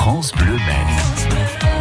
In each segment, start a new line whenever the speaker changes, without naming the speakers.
France Bleu Maine.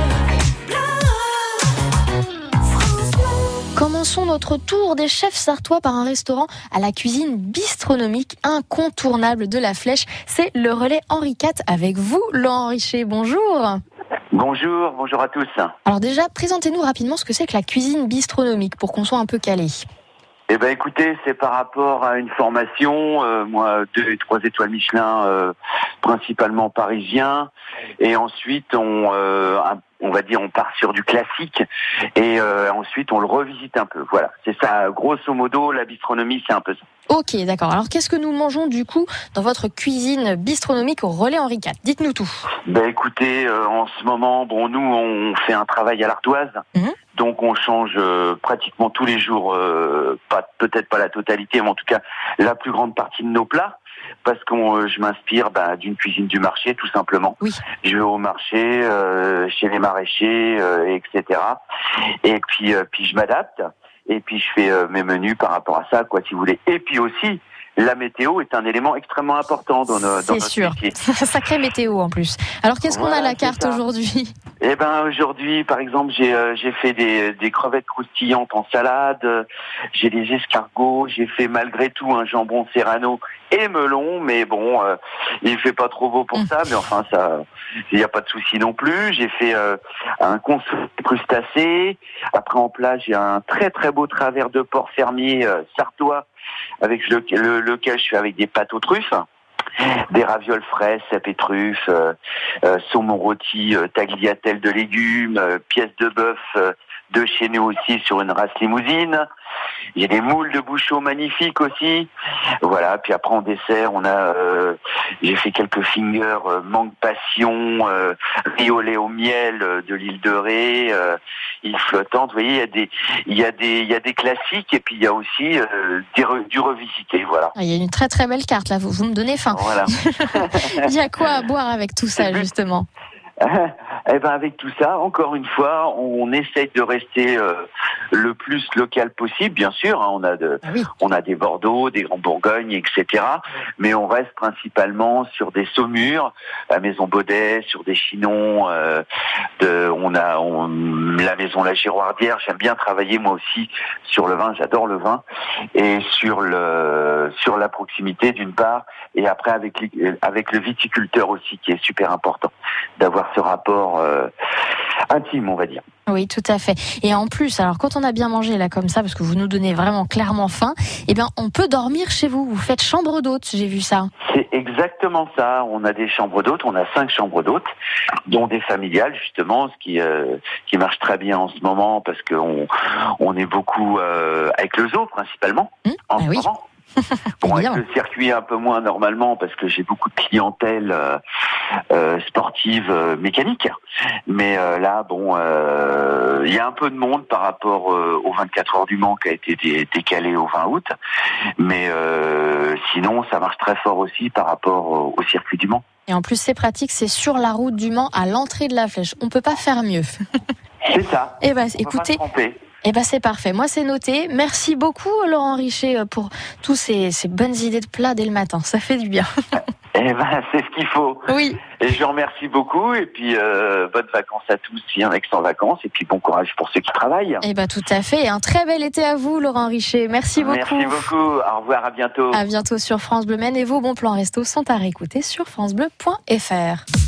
Commençons notre tour des chefs sartois par un restaurant à la cuisine bistronomique incontournable de la Flèche. C'est le Relais Henri IV avec vous, Laurent Richer. Bonjour.
Bonjour à tous.
Alors déjà, présentez-nous rapidement ce que c'est que la cuisine bistronomique pour qu'on soit un peu calé.
Eh ben écoutez, c'est par rapport à une formation, moi 2 et 3 étoiles Michelin, principalement parisien, et ensuite on va dire on part sur du classique, et ensuite on le revisite un peu. Voilà, c'est ça, grosso modo, la bistronomie, c'est un peu ça.
Ok, d'accord. Alors qu'est-ce que nous mangeons du coup dans votre cuisine bistronomique au Relais Henri IV? Dites-nous tout.
Ben écoutez, en ce moment, nous on fait un travail à l'ardoise. Donc on change pratiquement tous les jours, peut-être pas la totalité, mais en tout cas la plus grande partie de nos plats, parce que je m'inspire d'une cuisine du marché, tout simplement.
Oui.
Je vais au marché, chez les maraîchers, etc. Et puis je m'adapte, et puis je fais mes menus par rapport à ça, quoi, si vous voulez. Et puis aussi, la météo est un élément extrêmement important dans notre métier.
C'est sûr. Sacrée météo en plus. Alors qu'est-ce qu'on a à la carte aujourd'hui?
Eh ben aujourd'hui, par exemple, j'ai fait des crevettes croustillantes en salade, j'ai des escargots, j'ai fait malgré tout un jambon serrano et melon, mais bon, il fait pas trop beau pour ça, mais enfin ça, il n'y a pas de souci non plus. J'ai fait un consommé crustacé. Après en plat, j'ai un très très beau travers de porc fermier sartois avec lequel je fais avec des pâtes aux truffes. Des ravioles frais, cèpes et truffes, saumon rôti, tagliatelle de légumes, pièces de bœuf de chez nous aussi sur une race limousine. Il y a des moules de bouchot magnifiques aussi. Voilà. Puis après en dessert, j'ai fait quelques fingers mangue passion, riz au lait au miel de l'île de Ré, île flottante. Vous voyez, il y a des classiques et puis il y a aussi du revisité. Voilà.
Il y a une très très belle carte là. Vous me donnez faim.
Voilà.
Il y a quoi à boire avec tout ça justement?
Eh ben avec tout ça, encore une fois, on essaye de rester le plus local possible, bien sûr. On a des Bordeaux, des Grands Bourgognes, etc. Mais on reste principalement sur des Saumur, la Maison Baudet, sur des Chinons. La Maison La Giroardière. J'aime bien travailler moi aussi sur le vin. J'adore le vin et sur la proximité d'une part, et après avec le viticulteur aussi, qui est super important d'avoir ce rapport intime, on va dire.
Oui, tout à fait. Et en plus, alors quand on a bien mangé là comme ça, parce que vous nous donnez vraiment clairement faim, eh bien on peut dormir chez vous. Vous faites chambre d'hôte, j'ai vu ça.
C'est exactement ça. On a des chambres d'hôtes, on a 5 chambres d'hôtes, dont des familiales justement, ce qui marche très bien en ce moment parce que on est beaucoup avec le zoo principalement en ce moment. Bon, avec le circuit un peu moins normalement parce que j'ai beaucoup de clientèle sportive mécanique, mais là il y a un peu de monde par rapport aux 24 heures du Mans qui a été décalé au 20 août, mais sinon ça marche très fort aussi par rapport au circuit du Mans.
Et en plus c'est pratique, c'est sur la route du Mans à l'entrée de la Flèche, on peut pas faire mieux.
C'est ça.
Et écoutez, c'est parfait. Moi, c'est noté. Merci beaucoup, Laurent Richer, pour tous ces bonnes idées de plats dès le matin. Ça fait du bien.
C'est ce qu'il faut.
Oui.
Et je remercie beaucoup. Et puis, bonnes vacances à tous, s'il y en a qui sont en vacances. Et puis, bon courage pour ceux qui travaillent.
Tout à fait. Et un très bel été à vous, Laurent Richer. Merci beaucoup.
Merci beaucoup. Au revoir, à bientôt.
À bientôt sur France Bleu Maine. Et vos bons plans resto sont à réécouter sur francebleu.fr.